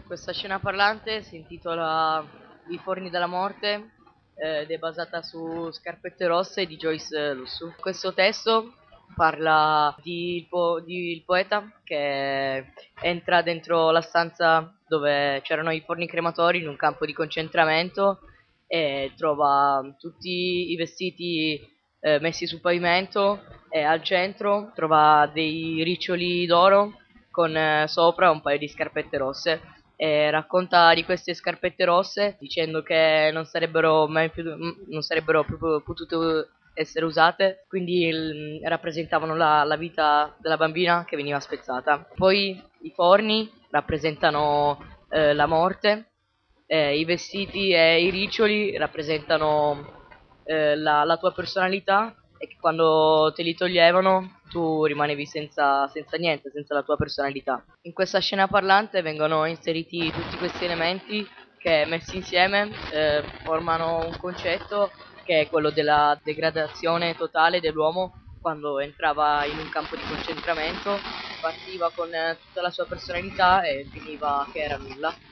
Questa scena parlante si intitola I forni della morte ed è basata su Scarpette Rosse di Joyce Lussu. Questo testo parla di il poeta che entra dentro la stanza dove c'erano i forni crematori in un campo di concentramento e trova tutti i vestiti messi sul pavimento e al centro trova dei riccioli d'oro con sopra un paio di scarpette rosse e racconta di queste scarpette rosse dicendo che non sarebbero proprio potute essere usate, quindi rappresentavano la vita della bambina che veniva spezzata. Poi i forni rappresentano la morte, i vestiti e i riccioli rappresentano la tua personalità e che quando te li toglievano tu rimanevi senza niente, senza la tua personalità. In questa scena parlante vengono inseriti tutti questi elementi che messi insieme formano un concetto che è quello della degradazione totale dell'uomo quando entrava in un campo di concentramento, partiva con tutta la sua personalità e finiva che era nulla.